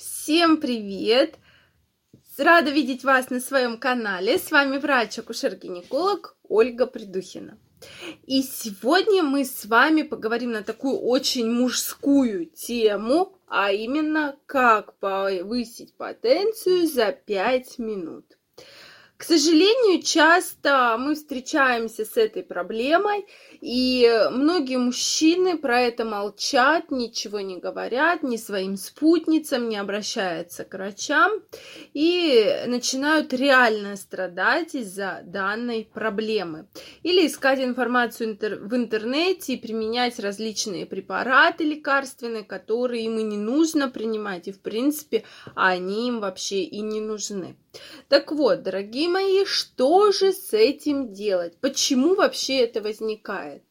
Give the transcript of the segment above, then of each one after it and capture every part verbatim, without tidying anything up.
Всем привет! Рада видеть вас на своем канале. С вами врач-акушер-гинеколог Ольга Придухина. И сегодня мы с вами поговорим на такую очень мужскую тему, а именно, как повысить потенцию за пять минут. К сожалению, часто мы встречаемся с этой проблемой, и многие мужчины про это молчат, ничего не говорят, ни своим спутницам, не обращаются к врачам и начинают реально страдать из-за данной проблемы. Или искать информацию в интернете и применять различные препараты лекарственные, которые им и не нужно принимать, и в принципе они им вообще и не нужны. Так вот, дорогие мои, что же с этим делать? Почему вообще это возникает?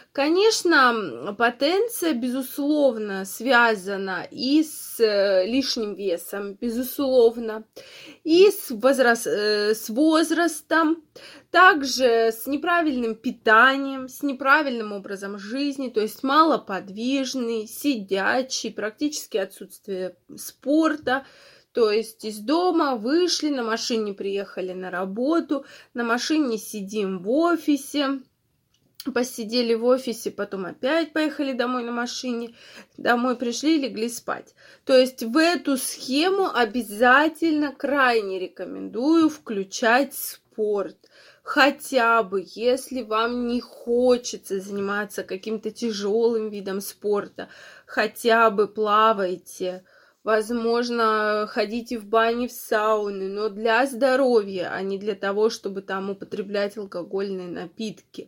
Конечно, потенция, безусловно, связана и с лишним весом, безусловно, и с, возраст, с возрастом, также с неправильным питанием, с неправильным образом жизни, то есть малоподвижный, сидячий, практически отсутствие спорта. То есть из дома вышли, на машине приехали на работу, на машине сидим в офисе, посидели в офисе, потом опять поехали домой на машине, домой пришли, легли спать. То есть в эту схему обязательно крайне рекомендую включать спорт. Хотя бы, если вам не хочется заниматься каким-то тяжелым видом спорта, хотя бы плавайте. Возможно, ходите в бани, в сауны, но для здоровья, а не для того, чтобы там употреблять алкогольные напитки.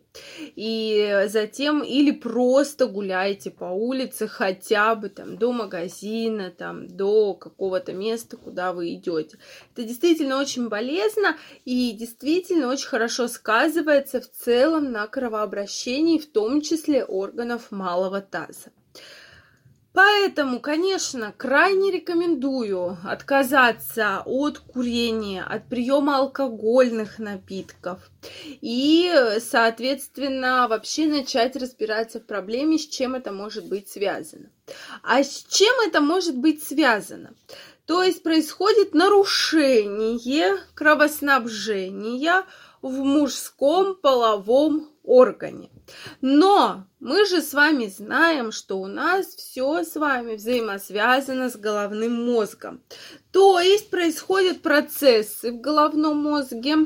И затем или просто гуляйте по улице, хотя бы там до магазина, там до какого-то места, куда вы идете. Это действительно очень полезно и действительно очень хорошо сказывается в целом на кровообращении, в том числе органов малого таза. Поэтому, конечно, крайне рекомендую отказаться от курения, от приема алкогольных напитков и, соответственно, вообще начать разбираться в проблеме, с чем это может быть связано. А с чем это может быть связано? То есть происходит нарушение кровоснабжения в мужском половом органе. Но мы же с вами знаем, что у нас все с вами взаимосвязано с головным мозгом. То есть происходят процессы в головном мозге,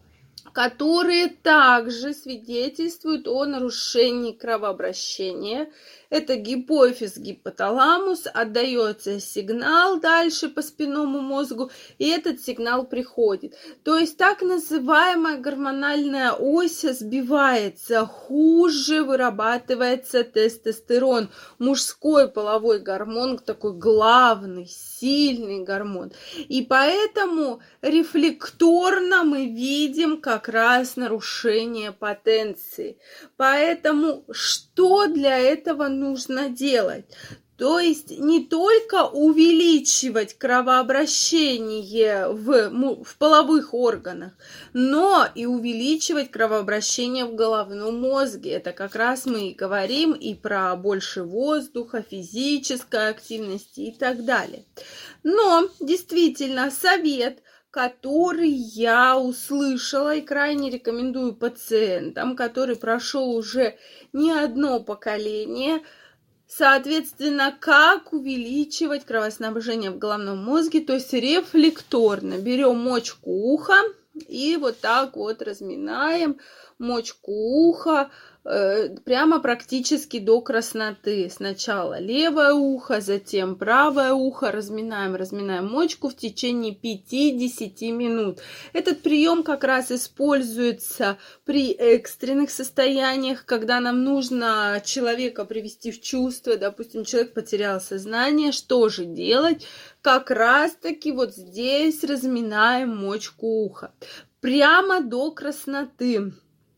которые также свидетельствуют о нарушении кровообращения. Это гипофиз, гипоталамус, отдается сигнал дальше по спинному мозгу, и этот сигнал приходит. То есть так называемая гормональная ось сбивается, хуже вырабатывается тестостерон, мужской половой гормон, такой главный, сильный гормон. И поэтому рефлекторно мы видим как раз нарушение потенции. Поэтому что для этого нужно делать? То есть не только увеличивать кровообращение в, в половых органах, но и увеличивать кровообращение в головном мозге. Это как раз мы и говорим и про больше воздуха, физической активности и так далее. Но действительно совет, который я услышала и крайне рекомендую пациентам, который прошел уже не одно поколение. Соответственно, как увеличивать кровоснабжение в головном мозге, то есть рефлекторно берем мочку уха и вот так вот разминаем мочку уха э, прямо практически до красноты. Сначала левое ухо, затем правое ухо, разминаем, разминаем мочку в течение пяти-десяти минут. Этот прием как раз используется при экстренных состояниях, когда нам нужно человека привести в чувство, допустим, человек потерял сознание, что же делать? Как раз-таки вот здесь разминаем мочку уха прямо до красноты.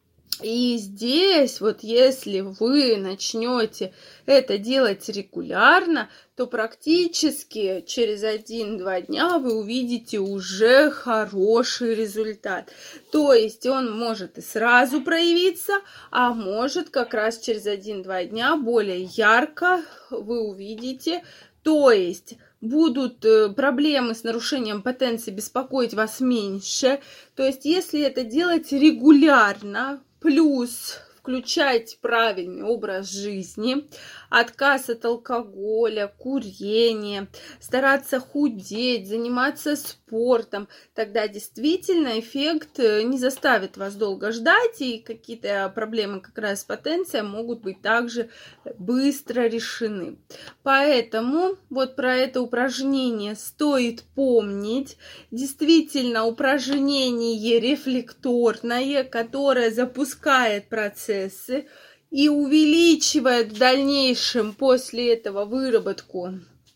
И здесь, вот если вы начнете это делать регулярно, то практически через один-два дня вы увидите уже хороший результат. То есть он может и сразу проявиться, а может как раз через один-два дня более ярко вы увидите. То есть будут проблемы с нарушением потенции беспокоить вас меньше. То есть, если это делать регулярно, плюс включать правильный образ жизни, отказ от алкоголя, курения, стараться худеть, заниматься спортом, тогда действительно эффект не заставит вас долго ждать, и какие-то проблемы как раз с потенцией могут быть также быстро решены. Поэтому вот про это упражнение стоит помнить. Действительно, упражнение рефлекторное, которое запускает процесс и увеличивает в дальнейшем после этого выработку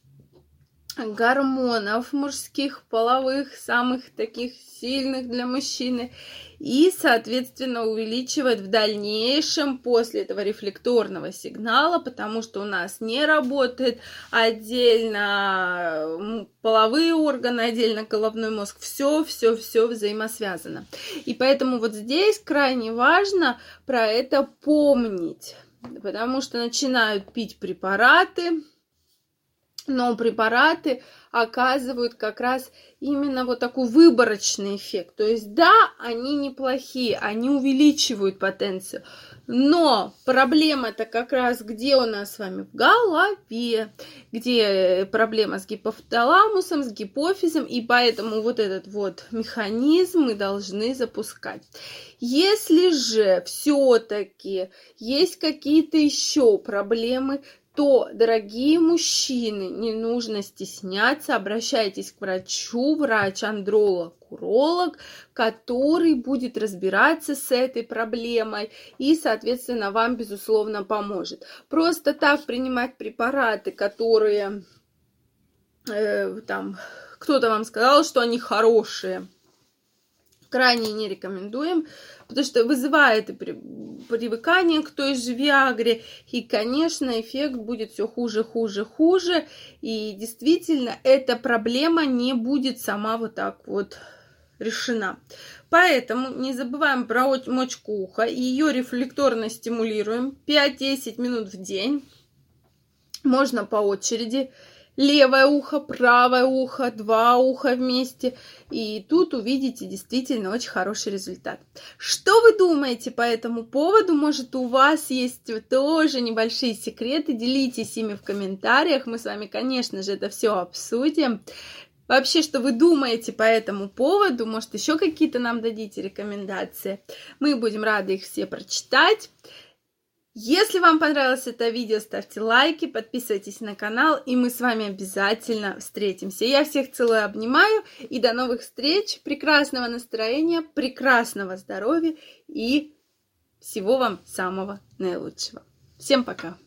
гормонов мужских, половых, самых таких сильных для мужчины, и, соответственно, увеличивает в дальнейшем после этого рефлекторного сигнала, потому что у нас не работает отдельно половые органы, отдельно головной мозг, все, все, все взаимосвязано. И поэтому вот здесь крайне важно про это помнить, потому что начинают пить препараты, но препараты оказывают как раз именно вот такой выборочный эффект. То есть, да, они неплохие, они увеличивают потенцию, но проблема-то как раз где у нас с вами? В голове, где проблема с гипоталамусом, с гипофизом, и поэтому вот этот вот механизм мы должны запускать. Если же все-таки есть какие-то еще проблемы, то, дорогие мужчины, не нужно стесняться, обращайтесь к врачу, врач-андролог, уролог, который будет разбираться с этой проблемой и, соответственно, вам, безусловно, поможет. Просто так принимать препараты, которые э, там кто-то вам сказал, что они хорошие, крайне не рекомендуем, потому что вызывает и привыкание к той же Виагре, и, конечно, эффект будет все хуже, хуже, хуже, и действительно эта проблема не будет сама вот так вот решена. Поэтому не забываем про мочку уха, ее рефлекторно стимулируем пять-десять минут в день, можно по очереди. Левое ухо, правое ухо, два уха вместе. И тут увидите действительно очень хороший результат. Что вы думаете по этому поводу? Может, у вас есть тоже небольшие секреты? Делитесь ими в комментариях. Мы с вами, конечно же, это все обсудим. Вообще, что вы думаете по этому поводу? Может, еще какие-то нам дадите рекомендации? Мы будем рады их все прочитать. Если вам понравилось это видео, ставьте лайки, подписывайтесь на канал, и мы с вами обязательно встретимся. Я всех целую, обнимаю, и до новых встреч, прекрасного настроения, прекрасного здоровья и всего вам самого наилучшего. Всем пока!